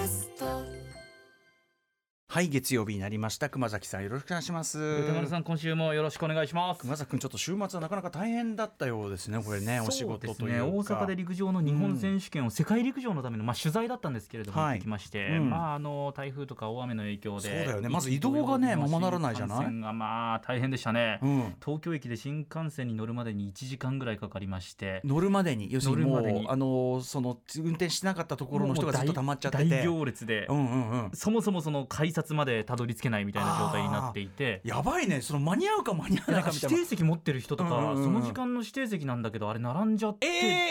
ャスト。 はい、月曜日になりました。熊崎さん、よろしくお願いします。 歌丸さん、今週もよろしくお願いします。 熊崎君、ちょっと週末はなかなか大変だったようですね、これね。お仕事というか、 大阪で陸上の日本選手権を、世界陸上のための、取材だったんですけれども、行ってきまして、台風とか大雨の影響で、 そうだよね、まず移動がねままならないじゃない。 新幹線が大変でしたね、東京駅で新幹線に乗るまでに1時間ぐらいかかりまして、 乗るまでに、要するにもうその運転しなかったところの人がずっと溜まっちゃってて、 大行列で、そもそもその改札までたどり着けないみたいな状態になっていて、 やばいね、その間に合うか間に合わないかみたいな。 指定席持ってる人とか、その時間の指定席なんだけどあれ並んじゃって、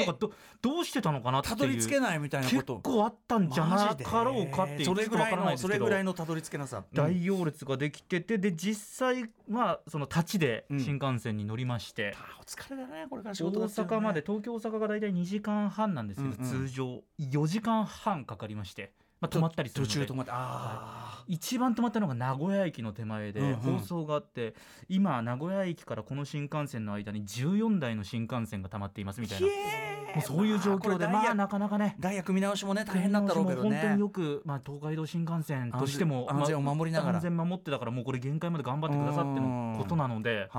とかどうしてたのかなっていう、 たどり着けないみたいなこと結構あったんじゃなかろうかっていう、 それぐらいのたどり着けなさ、 大行列ができてて、で実際はその立ちで新幹線に乗りまして、 お疲れだね、これから仕事だって大阪まで、東京大阪がだいたい2時間半なんですけど、通常4時間半かかりまして、止まったりするので、 途中止まって、 一番止まったのが名古屋駅の手前で、放送があって、今名古屋駅からこの新幹線の間に14台の新幹線が溜まっていますみたいな、もうそういう状況で、なかなかね、 ダイヤ組み直しもね大変だったろうけどね。 本当によく、東海道新幹線としても安全を守りながら、 安全守ってだから、もうこれ限界まで頑張ってくださってのことなので、で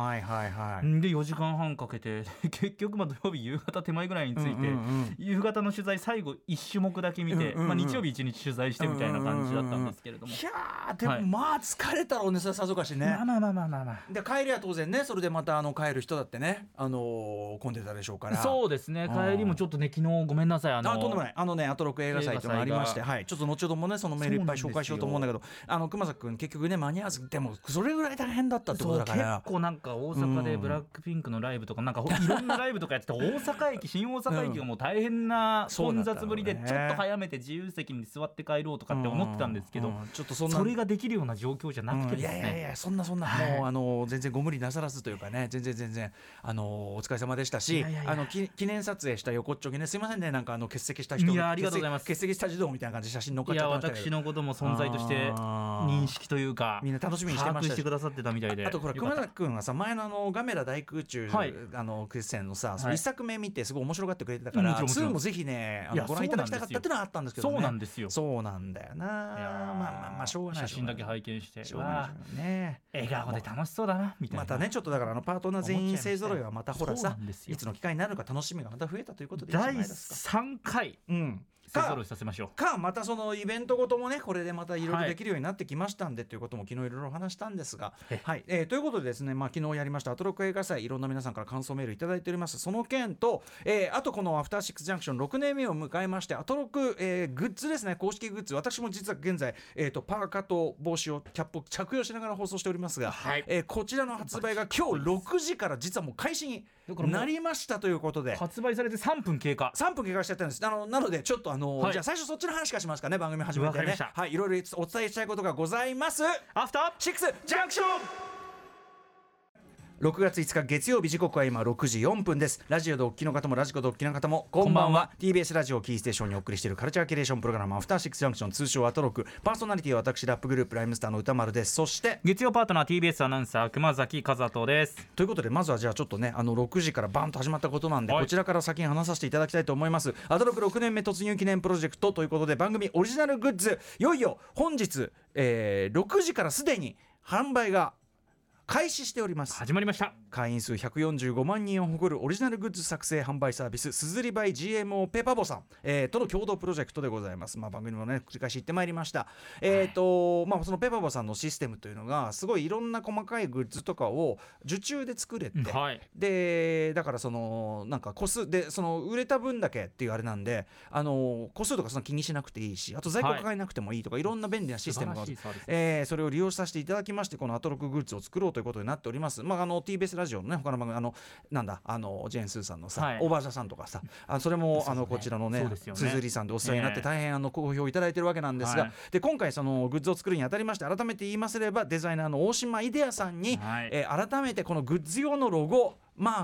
4時間半かけて結局土曜日夕方手前ぐらいに着いて、夕方の取材最後1種目だけ見て、日曜日1日取材してみたいな感じだったんですけれども、 いやでも疲れたろうね、それさぞかしね。で帰りは当然ね、それでまた帰る人だってね、混んでたでしょうから。 そうですね、帰りもちょっとね、昨日ごめんなさい、 とんでもない、アトロク映画祭というのがありまして、ちょっと後ほどもねそのメールいっぱい紹介しようと思うんだけど、熊崎君結局ね間に合わず、でもそれぐらい大変だったってことだから、 結構なんか大阪でブラックピンクのライブとか、なんかいろんなライブとかやってて、大阪駅、新大阪駅がもう大変な混雑ぶりで、ちょっと早めて自由席に座って帰ろうとかって思ってたんですけど、 ちょっとそれができるような状況じゃなくてですね、 いやそんな、もう全然ご無理なさらずというかね、全然お疲れ様でしたし、記念撮影した横っちょにね、すいませんね、なんか欠席した人、 いやありがとうございます、 欠席した児童みたいな感じで写真載っかっちゃったみたいな。 私のことも存在として認識というか、 みんな楽しみにしてました把握してくださってたみたいで。 あと熊崎君はさ、前のガメラ大空中決戦のさ、1作目見てすごい面白がってくれてたから、2もぜひねご覧いただきたかったっていうのはあったんですけどね。 そうなんですよ、 そうなんだよな。しょうがない、 写真だけ拝見して、 ね、 笑顔で楽しそうだなみたいな。 またね、ちょっとだからパートナー全員勢ぞろいはまたほらさ、いつの機会になるのか楽しみがまた増えたということでいいじゃないですか。 第3回勢ぞろいさせましょうか、またそのイベントごともね、これでまたいろいろできるようになってきましたんで、ということも昨日いろいろ話したんですが、ということでですね、昨日やりましたアトロク映画祭、いろんな皆さんから感想メールいただいております。その件と、あとこのアフターシックスジャンクション6年目を迎えまして、アトロク、グッズですね、公式グッズ、私も実は現在、パーカーと帽子をキャップを着用しながら放送しておりますが、こちらの発売が今日6時から実はもう開始になりましたということで、 発売されて3分経過しちゃったんです。なのでちょっとじゃあ最初そっちの話からしますかね、番組始めてね。いろいろお伝えしたいことがございます。 アフターシックスジャンクション。6月5日月曜日、時刻は今6時4分です。ラジオでお聞きの方もラジコでお聞きの方もこんばんは。 TBS ラジオキーステーションにお送りしているカルチャーキュレーションプログラム、アフターシックスジャンクション、通称アトロク。パーソナリティは私、ラップグループライムスターの歌丸です。そして月曜パートナー TBS アナウンサー熊崎和人です。 ということで、まずはじゃあちょっとね、6時からバンと始まったことなんで、こちらから先に話させていただきたいと思います。アトロク6年目突入記念プロジェクトということで、番組オリジナルグッズ、いよいよ本日、6時からすでに販売が開始しております。 始まりました。 会員数145万人を誇るオリジナルグッズ作成販売サービス、すずりバイ GMO ペパボさん、との共同プロジェクトでございます。番組もね繰り返し言ってまいりました。そのペパボさんのシステムというのがすごいいろんな細かいグッズとかを受注で作れて、でだからそのなんか個数でその売れた分だけっていうあれなんで、個数とかそんな気にしなくていいし、あと在庫抱えなくてもいいとか、いろんな便利なシステムがある。それを利用させていただきまして、このアトロクグッズを作ろうということになっております。TBS ラジオのね他の番組、ジェーン・スーさんのさ、オーバージャさんとかさ、それもこちらのねつづりさんでお世話になって大変好評いただいてるわけなんですが、で今回そのグッズを作るにあたりまして、改めて言いますればデザイナーの大島イデアさんに、改めてこのグッズ用のロゴマーク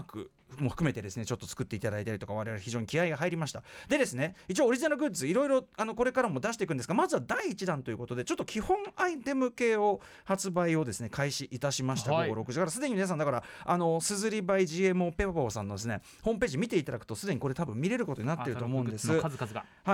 も含めてですねちょっと作っていただいたりとか我々非常に気合が入りました。でですね一応オリジナルグッズいろいろこれからも出していくんですが、まずは第1弾ということでちょっと基本アイテム系を発売をですね開始いたしました。午後6時からすでに皆さんだからすずり by GMO ペパボさんのですねホームページ見ていただくとすでにこれ多分見れることになっていると思うんです。 数々がはい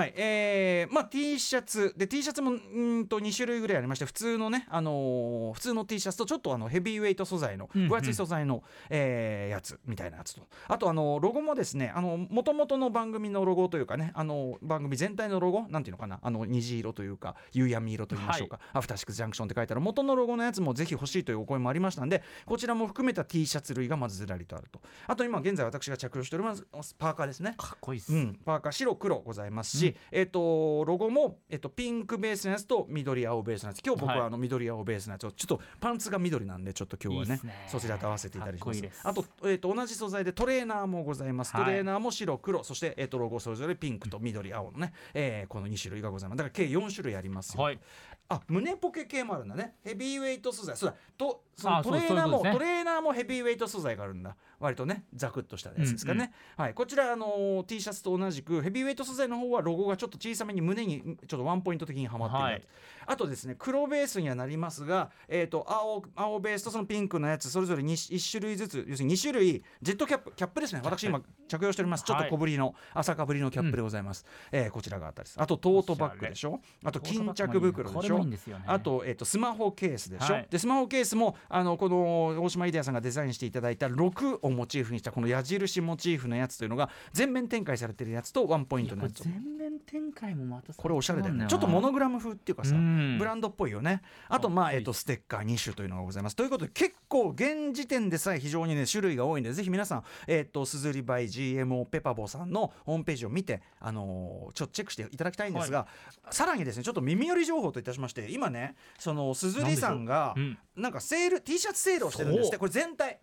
、T シャツで T シャツも2種類ぐらいありまして、普通のね、普通の T シャツとちょっとヘビーウェイト素材の分厚い素材の、やつみたいなやつと、あとロゴもですね元々の番組のロゴというかね番組全体のロゴなんていうのかな虹色というか夕闇色と言いましょうか、アフターシックスジャンクションって書いてある元のロゴのやつもぜひ欲しいというお声もありましたので、こちらも含めた T シャツ類がまずずらりとあると。あと今現在私が着用しておりますパーカーですね。 かっこいいっす、 パーカー白黒ございますし、ロゴも、ピンクベースのやつと緑青ベースのやつ、今日僕は緑青ベースのやつをちょっとパンツが緑なんでちょっと今日は ねそちらと合わせていただきます。あと、同じ素材でトレーナーもございます。トレーナーも白黒、そして、ロゴそれぞれピンクと緑青のね、この2種類がございます。だから計4種類ありますよ、胸ポケ系もあるんだね。ヘビーウェイト素材、そうだとそのトレーナーもヘビーウェイト素材があるんだ。割とねザクッとしたやつですかね、はい、こちらT シャツと同じくヘビーウェイト素材の方はロゴがちょっと小さめに胸にちょっとワンポイント的にはまっているやつ、あとですね黒ベースにはなりますが、青ベースとそのピンクのやつそれぞれ1種類ずつ、要するに2種類ジェットキャップですね。私今着用しております。ちょっと小ぶりの浅かぶりのキャップでございます、こちらがあったりです。あとトートバッグでしょ、あと巾着袋でしょ、あと、スマホケースでしょ、でスマホケースもこの大島イデアさんがデザインしていただいた6をモチーフにしたこの矢印モチーフのやつというのが全面展開されてるやつとワンポイントのやつ。 全面展開もまたこれおしゃれだよね。ちょっとモノグラム風っていうかさブランドっぽいよね。あとステッカー2種というのがございます。ということで結構現時点でさえ非常にね種類が多いんで、ぜひ皆さんすずり by GMO ペパボさんのホームページを見てちょっとチェックしていただきたいんですが、さらにですねちょっと耳寄り情報といたしまして、今ねそのすずりさんがなんかセール T シャツセールをしてるんですって。これ全体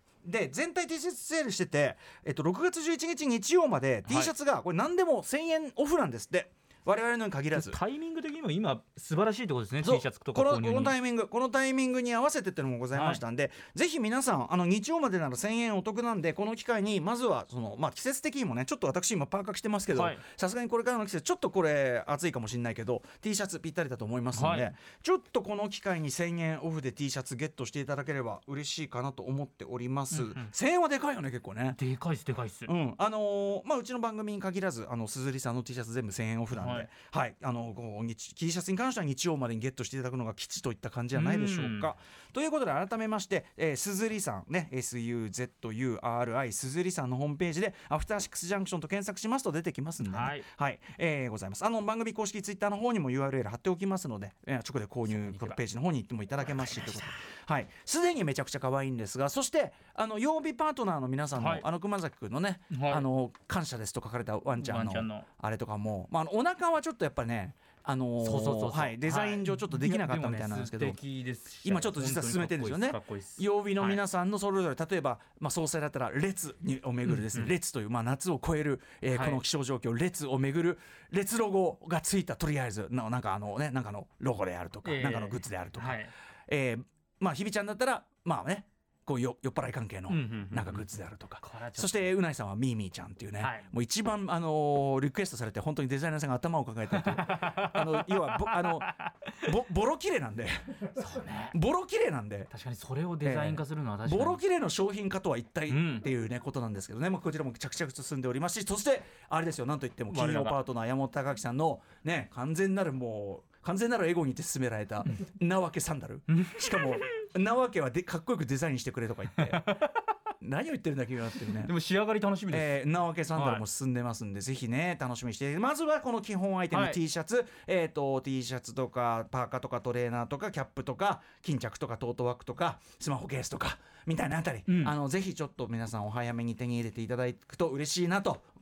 T シャツセールしてて、6月11日日曜まで T シャツがこれ何でも1000円オフなんですって。我々のに限らずタイミング的にも今素晴らしいってことですね。 T シャツとか購入にこのタイミングに合わせてっていうのもございましたんで、ぜひ皆さん日曜までなら1000円お得なんで、この機会にまずは季節的にもねちょっと私今パーカー着てますけど、さすがにこれからの季節ちょっとこれ暑いかもしれないけど T シャツぴったりだと思いますので、ちょっとこの機会に1000円オフで T シャツゲットしていただければ嬉しいかなと思っております、1000円はでかいよね結構ね。 でかいっす。 うちの番組に限らずすずりさんの T シャツ全部1000円オフなんで、T シャツに関しては日曜までにゲットしていただくのが吉といった感じじゃないでしょうか。ということで改めまして、すずりさんね SUZURI すずりさんのホームページでアフターシックスジャンクションと検索しますと出てきますんで、ございます。番組公式ツイッターの方にも URL 貼っておきますので、直で購入ページの方に行ってもいただけますしということで、すでにめちゃくちゃ可愛いんですが、そして曜日パートナーの皆さんの、熊崎くんのね、感謝ですと書かれたワンちゃんのあれとかも、お腹はちょっとやっぱねデザイン上ちょっとできなかったみたいなんですけど、今ちょっと実は進めてるんですよね。曜日の皆さんのそれぞれ、例えば総裁だったら列を巡るですね、列という夏を超えるこの気象状況列を巡る列ロゴがついたとりあえずなんかなんかのロゴであるとか、なんかのグッズであるとか、ひびちゃんだったらこう酔っ払い関係のなんかグッズであるとか、そしてうないさんはミーミーちゃんっていうね、もう一番リクエストされて本当にデザイナーさんが頭を抱えてるという要はボロキレなんでボロキレなんで、 確かにそれをデザイン化するのは確かにボロキレの商品化とは一体っていうねことなんですけどね、こちらも着々と進んでおりますし、そしてあれですよ、なんといっても金曜パートナー山本隆明さんのね完全なるエゴにて勧められたなわけサンダルしかもなわけはかっこよくデザインしてくれとか言って何を言ってるんだ君はっていうね。 でも仕上がり楽しみです。 なわけサンダルも進んでますんで、ぜひね楽しみにして、まずはこの基本アイテム、T シャツT シャツとかパーカーとかトレーナーとかキャップとか巾着とかトートバッグとかスマホケースとかみたいなあたり、ぜひちょっと皆さんお早めに手に入れていただくと嬉しいなと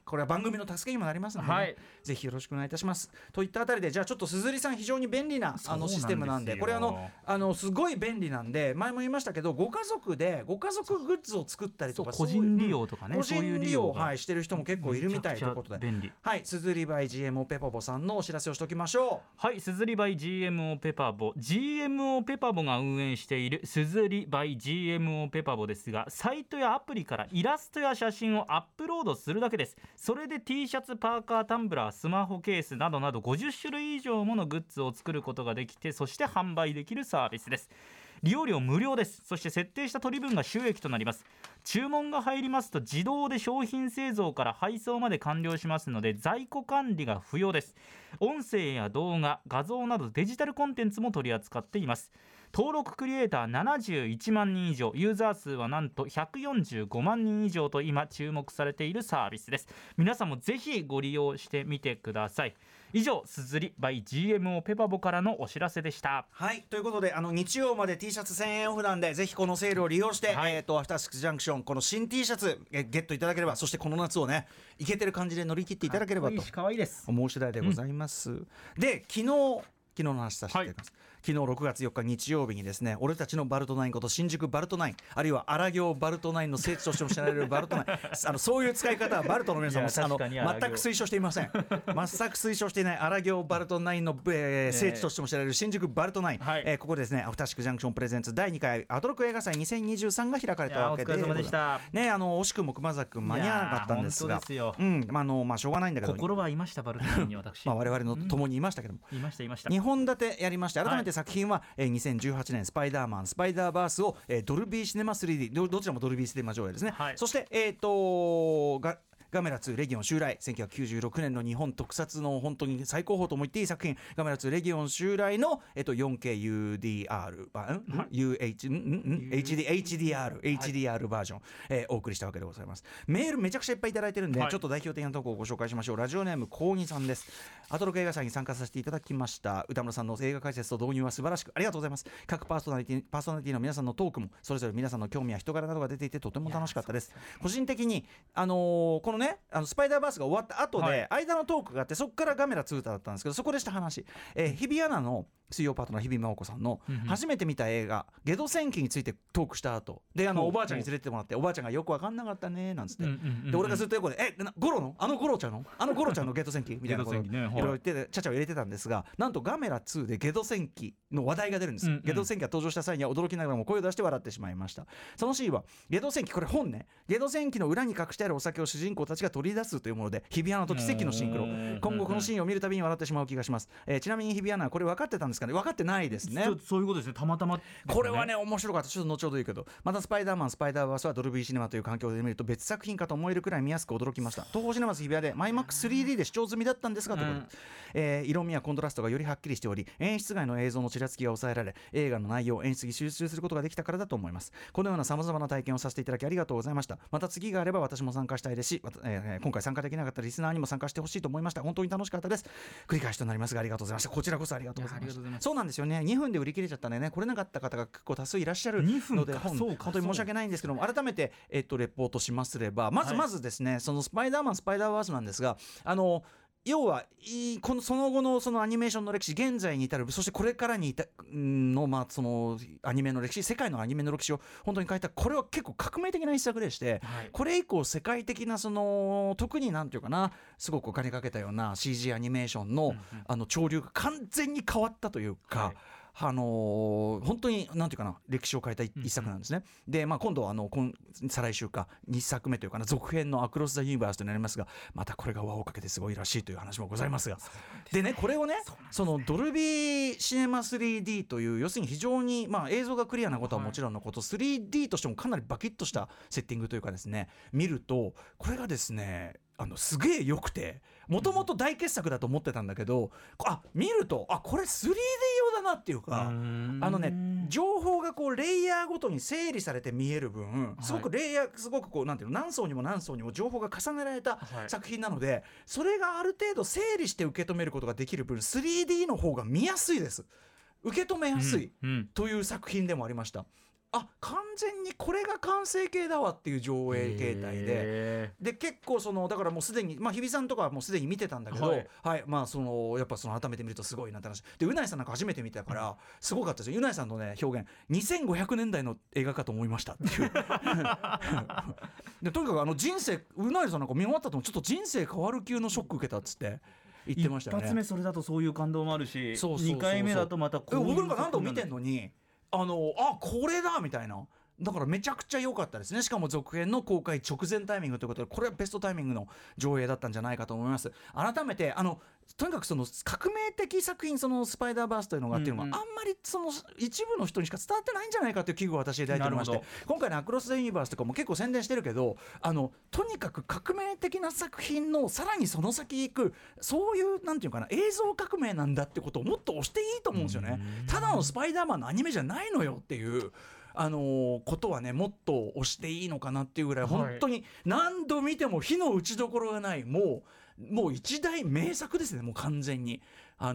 これは番組の助けにもなりますので、ね、はい、ぜひよろしくお願いいたします。といったあたりで、じゃあちょっとすずりさん非常に便利なシステムなんで、これすごい便利なんで、前も言いましたけど、ご家族グッズを作ったりとか、 個人利用とかね、 個人利用を、はい、してる人も結構いるみたいということで、はい、すずり by GMO ペパボさんのお知らせをしておきましょう。はい、すずり by GMO ペパボ、 GMO ペパボが運営しているすずり by GMO ペパボですが、サイトやアプリからイラストや写真をアップロードするだけです。それで T シャツ、パーカー、タンブラー、スマホケースなどなど50種類以上ものグッズを作ることができて、そして販売できるサービスです。利用料無料です。そして設定した取り分が収益となります。注文が入りますと自動で商品製造から配送まで完了しますので、在庫管理が不要です。音声や動画、画像などデジタルコンテンツも取り扱っています。登録クリエイター71万人以上、ユーザー数はなんと145万人以上と今注目されているサービスです。皆さんもぜひご利用してみてください。以上、すずり by GMO ペパボからのお知らせでした。 はい、ということで日曜まで T シャツ1000円オフなんで、ぜひこのセールを利用して、はい、アフターシックスジャンクション、この新 T シャツゲットいただければ、そしてこの夏をねイケてる感じで乗り切っていただければと可愛いです、 思う次第でございます、で昨日の話させていただきます、はい、昨日6月4日日曜日にですね、俺たちのバルトナインこと新宿バルトナイン、あるいは荒行バルトナインの聖地としても知られるバルトナインそういう使い方はバルトの皆さんも全く推奨していません全く推奨していない荒行バルトナインの、聖地としても知られる新宿バルトナイン、はい、ここですね、アフターシックスジャンクションプレゼンツ第2回アトロク映画祭2023が開かれたわけで、 お疲れ様でしたね、惜しくも熊崎君間に合わなかったんですが、しょうがないんだけど、 心はいましたバルトナインに私我々の共にいましたけども、 いました 2本立てやりまして、改めて作品は、2018年スパイダーマンスパイダーバースを、ドルビーシネマ 3D どちらもドルビーシネマ上映ですね、はい、そしてガメラ2レギオン襲来、1996年の日本特撮の本当に最高峰とも言っていい作品、ガメラ2レギオン襲来の、4KUDR HDR バージョン、お送りしたわけでございます。メールめちゃくちゃいっぱいいただいてるんで、はい、ちょっと代表的なところをご紹介しましょう。ラジオネームコウギさんです。アトロク映画祭に参加させていただきました。歌村さんの映画解説と導入は素晴らしくありがとうございます。各パーソナリティの皆さんのトークもそれぞれ皆さんの興味や人柄などが出ていてとても楽しかったです。個人的にこのねスパイダーバースが終わった後で、はい、間のトークがあって、そこからガメラ2だったんですけど、そこでした話、日比アナの水曜パートナー日比真央子さんの初めて見た映画ゲド戦記についてトークした後で、おばあちゃんに連れてってもらって、おばあちゃんがよく分かんなかったねなんつって、で俺がずっと横でゴロのゴロちゃんのゲド戦記みたいなことをいろいろ言ってちゃちゃを入れてたんですが、なんとガメラ2でゲド戦記の話題が出るんです、ゲド戦記が登場した際には驚きながらも声を出して笑ってしまいました。そのシーンはゲド戦記、これ本ね、ゲド戦記の裏に隠してあるお酒を主人公たちが取り出すというもので、日比アナと奇跡のシンクロ、今後このシーンを見るたびに笑ってしまう気がします。ちなみに日比アナはこれ分かってたんですかね。分かってないですね。 そういうことですね、たまたま、ね、 これはね面白かった。ちょっと後ほど言うけど、またスパイダーマンスパイダーバースはドルビーシネマという環境で見ると別作品かと思えるくらい見やすく驚きました。東宝シネマス日比谷でマイマックス 3D で視聴済みだったんですが、ということで、色味やコントラストがよりはっきりしており、演出外の映像のちらつきが抑えられ、映画の内容演出に集中することができたからだと思います。このような様々な体験をさせていただきありがとうございました。また次があれば私も参加したいですし、今回参加できなかったリスナーにも参加してほしいと思いました。本当に楽しかったです。繰り返しとなりますがありがとうございました。こちらこそありがとうございました。そうなんですよね、2分で売り切れちゃったんでね、来れなかった方が結構多数いらっしゃるので、本当に申し訳ないんですけども、改めて、レポートしますれば、まずですね、そのスパイダーマンスパイダーバースなんですが、要はその後のそのアニメーションの歴史、現在に至る、そしてこれからに至るの、そのアニメの歴史、世界のアニメの歴史を本当に変えた、これは結構革命的な一作でして、はい、これ以降世界的な特になんていうかな、すごくお金かけたような CG アニメーションの、潮流が完全に変わったというか、はい、本当になんていうかな、歴史を変えた一作なんですね。で、今度再来週か2作目というかな、続編のアクロス・ザ・ユニバースとなりますが、またこれが輪をかけてすごいらしいという話もございますが、でね、これをね、そのドルビーシネマ 3D という、要するに非常に、映像がクリアなことはもちろんのこと、3D としてもかなりバキッとしたセッティングというかですね、見るとこれがですね、すげえ良くて、もともと大傑作だと思ってたんだけど、見るとこれ 3D 用だなっていうか、情報がレイヤーごとに整理されて見える分、すごくレイヤー、すごくなんていうの、何層にも何層にも情報が重ねられた作品なので、それがある程度整理して受け止めることができる分 3D の方が見やすいです。受け止めやすいという作品でもありました。 完全にこれが完成形だわっていう上映形態で結構だからもうすでに日比さんとかはもうすでに見てたんだけど、やっぱ改めて見るとすごいなって話で、うないさんなんか初めて見たからすごかったですよ。うないさんのね表現、2500年代の映画かと思いましたっていうでとにかく人生、うないさんなんか見終わったとちょっと人生変わる級のショック受けたっつって言ってましたよね。 一発目それだとそういう感動もあるし、2回目だとまたこういう、 僕なんか何度も見てんのにこれだみたいな。だからめちゃくちゃ良かったですね。しかも続編の公開直前タイミングということで、これはベストタイミングの上映だったんじゃないかと思います。改めてとにかく革命的作品、スパイダーバースというのがっていうのが、あんまり一部の人にしか伝わってないんじゃないかという危惧を私抱いておりまして、今回のアクロス・ザ・ユニバースとかも結構宣伝してるけど、とにかく革命的な作品のさらにその先行く、そういうなんていうかな、映像革命なんだってことをもっと推していいと思うんですよね。ただのスパイダーマンのアニメじゃないのよっていうことはね、もっと推していいのかなっていうぐらい、本当に何度見ても火の打ちどころがない、もう一大名作ですね。もう完全に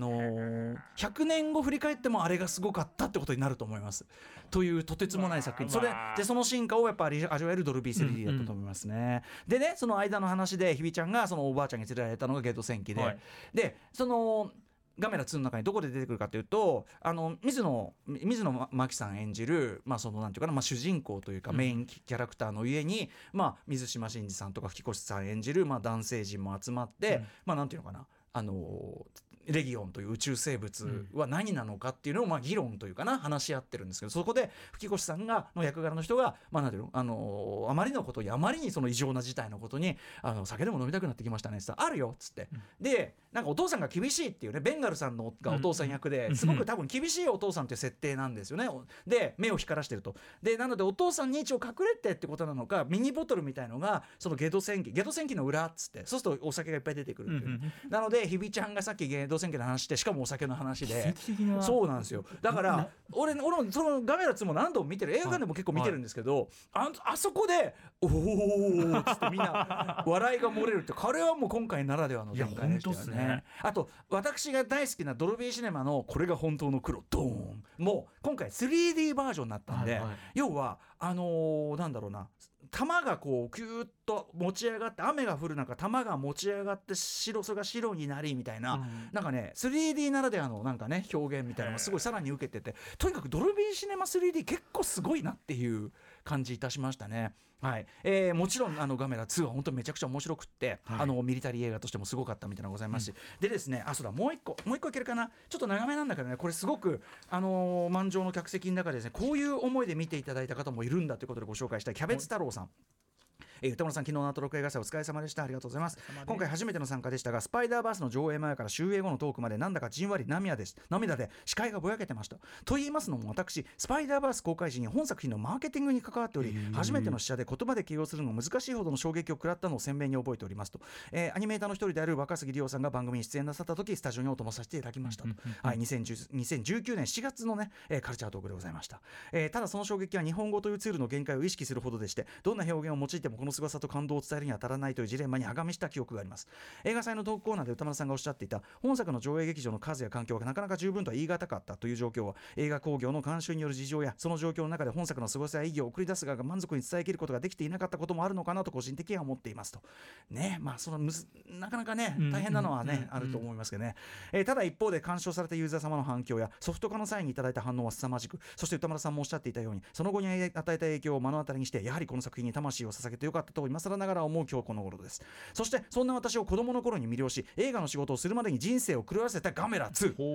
100年後振り返ってもあれがすごかったってことになると思いますというとてつもない作品、その進化をやっぱり味わえるドルビー 3D だったと思いますね。でね、その間の話で日比ちゃんがおばあちゃんに連れられたのがゲート戦記で、でガメラ2の中にどこで出てくるかというと、水野真紀さん演じる、なんていうかな、主人公というかメインキャラクターの家に、水島新司さんとか吹越さん演じる、男性陣も集まって、なんていうのかな、レギオンという宇宙生物は何なのかっていうのを議論というかな、話し合ってるんですけど、そこで吹越さんの役柄の人が、なんていうの、あまりのことに、あまりに異常な事態のことに酒でも飲みたくなってきましたねって言ったら、あるよっつって、でなんかお父さんが厳しいっていうね、ベンガルさんがお父さん役ですごく多分厳しいお父さんという設定なんですよね。で目を光らしてると、でなのでお父さんに一応隠れてってことなのか、ミニボトルみたいのがゲド戦記の裏っつって、そうするとお酒がいっぱい出てくるっていう、なので日比ちゃんがさっきゲド戦記の話して、しかもお酒の話で、そうなんですよ。だから俺もそのガメラ2も何度も見てる、映画館でも結構見てるんですけど、あそこでおーっつってみんな笑いが漏れるって、これはもう今回ならではの展開でしたよね。あと私が大好きなドルビーシネマのこれが本当の黒ドーンもう今回 3D バージョンになったんで、要はなんだろうな、玉がこうキューッと持ち上がって、雨が降る中玉が持ち上がってそれが白になりみたいな、なんかね 3D ならではのなんかね表現みたいなのがすごいさらに受けてて、とにかくドルビーシネマ 3D 結構すごいなっていう感じいたしましたね。はい、もちろんガメラ2は本当にめちゃくちゃ面白くって、ミリタリー映画としてもすごかったみたいなのがございますし、でですね、そうだ、もう一個いけるかな、ちょっと長めなんだけどね、これすごく満場の客席の中でですね、こういう思いで見ていただいた方もいるんだということでご紹介したいキャベツ太郎さん。歌村さん、昨日のアトロク映画祭お疲れ様でした。ありがとうございます。今回初めての参加でしたが、スパイダーバースの上映前から終映後のトークまでなんだかじんわり涙で視界がぼやけてました。と言いますのも、私スパイダーバース公開時に本作品のマーケティングに関わっており、初めての試写で言葉で形容するのが難しいほどの衝撃を食らったのを鮮明に覚えておりますと、アニメーターの一人である若杉里央さんが番組に出演なさった時、スタジオにお供させていただきましたと、2019年7月のね、カルチャートークでございました。ただその衝撃は日本語というツールの限界を意識するほどでして、どんな表現を用いてもこの凄さと感動を伝えるには足らないというジレンマにあがみした記憶があります。映画祭のトークコーナーで歌丸さんがおっしゃっていた本作の上映劇場の数や環境がなかなか十分とは言い難かったという状況は、映画興行の慣習による事情やその状況の中で本作の凄さや意義を送り出す側が満足に伝えきることができていなかったこともあるのかなと個人的には思っていますとね。なかなかね大変なのはね、あると思いますけどね。ただ一方で鑑賞されたユーザー様の反響やソフト化の際にいただいた反応は凄まじく、そして歌丸さんもおっしゃっていたようにその後に与えた影響を目の当たりにして、やはりこの作品に魂を捧げてよかったと今更ながら思う今日この頃です。そしてそんな私を子供の頃に魅了し、映画の仕事をするまでに人生を狂わせたガメラ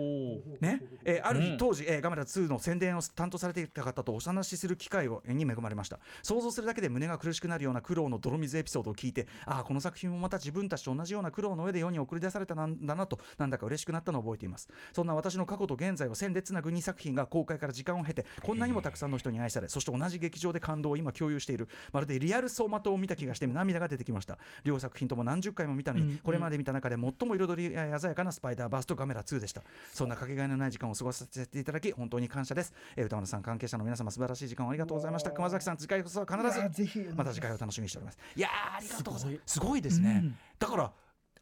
2、ね、ある日当時、ガメラ2の宣伝を担当されていた方とお話しする機会に恵まれました。想像するだけで胸が苦しくなるような苦労の泥水エピソードを聞いて、この作品もまた自分たちと同じような苦労の上で世に送り出されたんだなと、なんだか嬉しくなったのを覚えています。そんな私の過去と現在を線でつなぐ2作品が公開から時間を経てこんなにもたくさんの人に愛され、そして同じ劇場で感動を今共有している、まるでリアル走馬灯を見た気がして涙が出てきました。両作品とも何十回も見たのに、これまで見た中で最も彩り鮮やかなスパイダーバースとガメラ2でした。そんなかけがえのない時間を過ごさせていただき本当に感謝です。歌丸さん、関係者の皆様、素晴らしい時間をありがとうございました。熊崎さん、次回こそは必ずまた次回を楽しみにしております。いやー、ありがとうございます。すごいですね。だから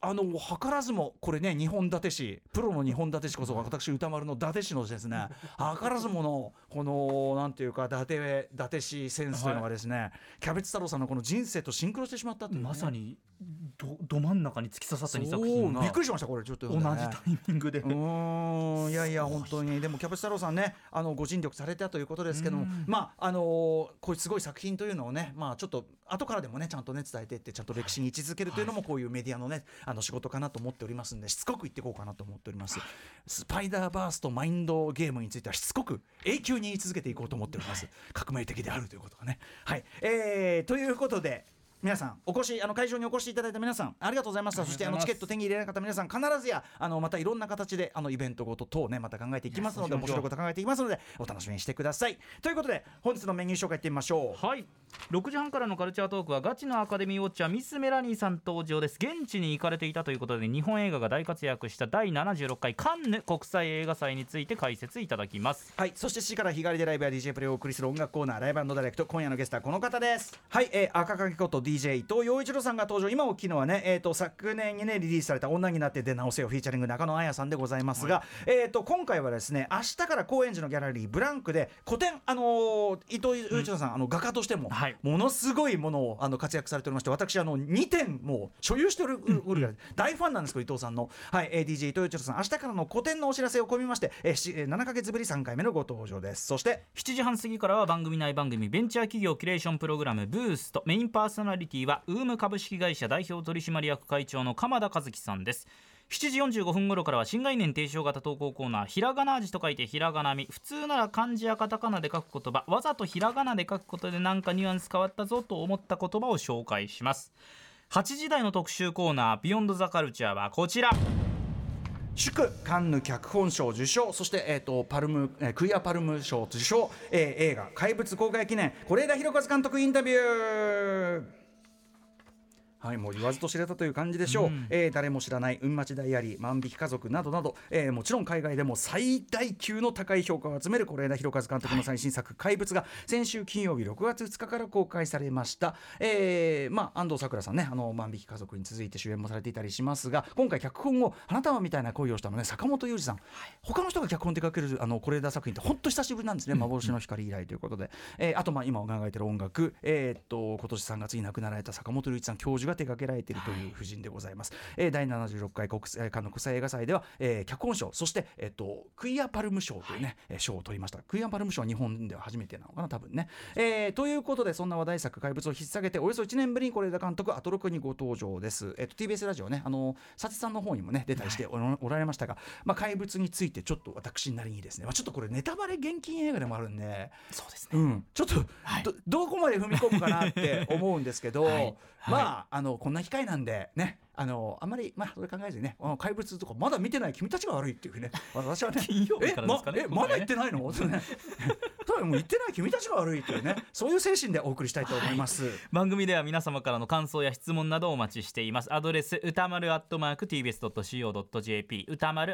図らずもこれね、2本立て師、プロの2本立て師こそ私歌丸の伊達師のですね、図らずものこのなんていうか伊達師センスというのがですね、キャベツ太郎さんのこの人生とシンクロしてしまったっていう、ね、 まさにど真ん中に突き刺さった2作品がびっくりしました。これちょっと、ね、 同じタイミングでいや本当にでもキャベツ太郎さんね、ご尽力されたということですけども、こういうすごい作品というのをね、ちょっと後からでもねちゃんとね伝えていってちゃんと歴史に位置づけるというのもこういうメディアのね仕事かなと思っておりますんで、しつこく言っていこうかなと思っております。スパイダーバースとマインドゲームについてはしつこく永久に言い続けていこうと思っております。革命的であるということがね。はい、ということで皆さん会場にお越しいただいた皆さんありがとうございました。そしてチケット手に入れなかった皆さん必ずやまたいろんな形でイベントごと等ねまた考えていきますので、面白いこと考えていきますのでお楽しみにしてください。ということで本日のメニュー紹介いってみましょう。 はい、6時半からのカルチャートークはガチのアカデミーウォッチャーミス・メラニーさん登場です。現地に行かれていたということで日本映画が大活躍した第76回カンヌ国際映画祭について解説いただきます。 はい、そして7時から日帰りでライブや DJ プレイをお送りする音楽コーナーライブ&ダイレクト、今夜のゲストはこの方です。はい、赤影こと DJ 伊藤洋一郎さんが登場。今お聞きのはね、昨年にねリリースされた女になって出直せよフィーチャリング中野彩さんでございますが、今回はですね明日から高円寺のギャラリーブランクで個展、伊藤洋一郎さん、画家としてもものすごいものを活躍されておりまして、私2点もう所有しておるぐらい大ファンなんですけど伊藤さんの、はい、DJ 伊藤洋一郎さん明日からの個展のお知らせを込みまして、7ヶ月ぶり3回目のご登場です。そして 7時半過ぎからは番組内番組ベンチャー企業キュレーションプログラムブースト、メインパーソナリティはウーム株式会社代表取締役会長の鎌田和樹さんです。7時45分頃からは新概念提唱型投稿コーナー、ひらがな味と書いてひらがなみ、普通なら漢字やカタカナで書く言葉、わざとひらがなで書くことでなんかニュアンス変わったぞと思った言葉を紹介します。8時台の特集コーナービヨンドザカルチャーはこちら。 祝カンヌ脚本賞受賞、そして、クイアパルム賞受賞、映画怪物公開記念是枝裕和監督インタビュー。はい、もう言わずと知れたという感じでしょう。誰も知らない雲町ダイアリー、万引き家族などなど、もちろん海外でも最大級の高い評価を集める是枝裕和監督の最新作、怪物が先週金曜日6月2日から公開されました。安藤サクラさんね、万引き家族に続いて主演もされていたりしますが、今回脚本を花束みたいな恋をしたのね坂本雄二さん、他の人が脚本手掛ける是枝作品って本当久しぶりなんですね。幻の光以来ということで、あと今考えている音楽、今年3月に亡くなられた坂本龍一さん教授が手掛けられているという夫人でございます。第76回カンヌ国際映画祭では、脚本賞、そして、クイアパルム賞というね、賞を取りました。クイアパルム賞は日本では初めてなのかな多分ね。ということでそんな話題作怪物を引っ提げておよそ1年ぶりに是枝監督アトロクにご登場です。TBS ラジオね、佐知さんの方にもね出たりしておられましたが、怪物についてちょっと私なりにですね、ちょっとこれネタバレ厳禁映画でもあるんで、 そうですね、 ちょっと、どこまで踏み込むかなって思うんですけど、こんな機会なんでね、あんまりそれ考えずにね、怪物とかまだ見てない君たちが悪いっていうね、私はね金曜日からですかね、 まだ言ってないのってね多分もう言ってない君たちが悪いっていうね、そういう精神でお送りしたいと思います。 番組では皆様からの感想や質問などをお待ちしています。アドレス歌丸@tbs.co.jp、 歌丸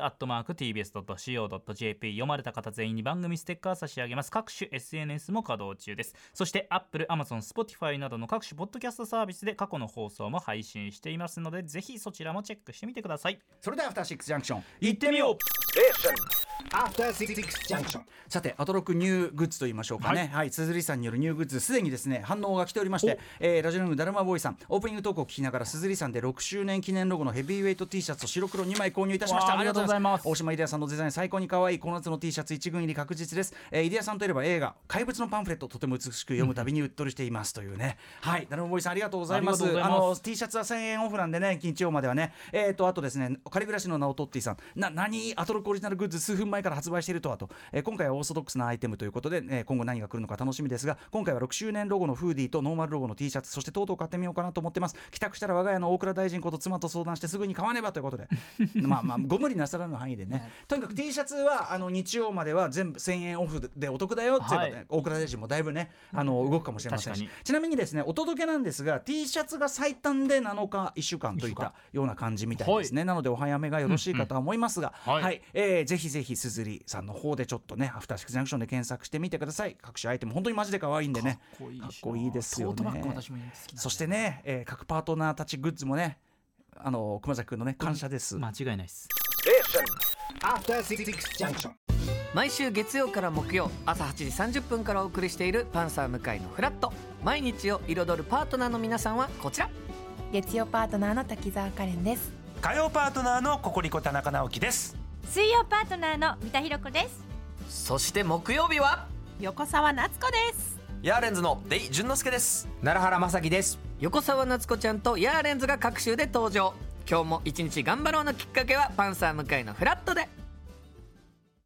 @tbs.co.jp、 読まれた方全員に番組ステッカー差し上げます。各種 SNS も稼働中です。そして Apple、Amazon、Spotify などの各種ポッドキャストサービスで過去の放送も配信していますので、ぜひそちらもチェックしてみてください。 それではアフターシックスジャンクション行ってみよう。 アフターシックスジャンクション。さてアトロクニューグッズと言いましょうかね、はい、鈴木さんによるニューグッズすでにですね反応が来ておりまして、ラジオネームダルマボーイさん、オープニングトークを聞きながら鈴木さんで6周年記念ロゴのヘビーウェイト T シャツと白黒2枚購入いたしました。 ありがとうございます。 大島イデアさんのデザイン最高に可愛いこの夏の T シャツ1軍入り確実です。イデアさんといえば映画怪物のパンフレットとても美しく読むたびにうっとりしていますというね、はい、ダルマボーイさんありがとうございます。T シャツは1000円オフなんでね、日曜まではね、あとですね仮暮らしの名をトッティさん、何アトロクオリジナルグッズ数分前から発売しているとはと、今回はオーソドックスなアイテムということで、今後何が来るのか楽しみですが、今回は6周年ロゴのフーディーとノーマルロゴの T シャツ、そしてとうとう買ってみようかなと思ってます。帰宅したら我が家の大倉大臣こと妻と相談してすぐに買わねばということでご無理なさらぬ範囲でね、とにかく T シャツは日曜までは全部1000円オフでお得だよっていうことで、大倉大臣もだいぶね動くかもしれませんし、ちなみにですねお届けなんですが T シャツが最短で7日1週間といったような感じみたいですね、なのでお早めがよろしいかとは思いますが、ぜひぜひ鈴木さんの方でちょっとねアフターシックスジャンクションで検索してみてください。各種アイテム本当にマジで可愛いんでね、かっこいいですよね。そしてね、各パートナーたちグッズもね熊崎君のね感謝です。 間違いないです。 毎週月曜から木曜朝8時30分からお送りしているパンサー向井のフラット。毎日を彩るパートナーの皆さんはこちら。 月曜パートナーの滝沢カレンです。 火曜パートナーのココリコ田中直樹です。 水曜パートナーの三田寛子です。 そして木曜日は横澤夏子です。 ヤーレンズのデイ淳之介です。 奈良原正樹です。 横澤夏子ちゃんとヤーレンズが各週で登場。今日も一日頑張ろうのきっかけはパンサー向井のフラットで。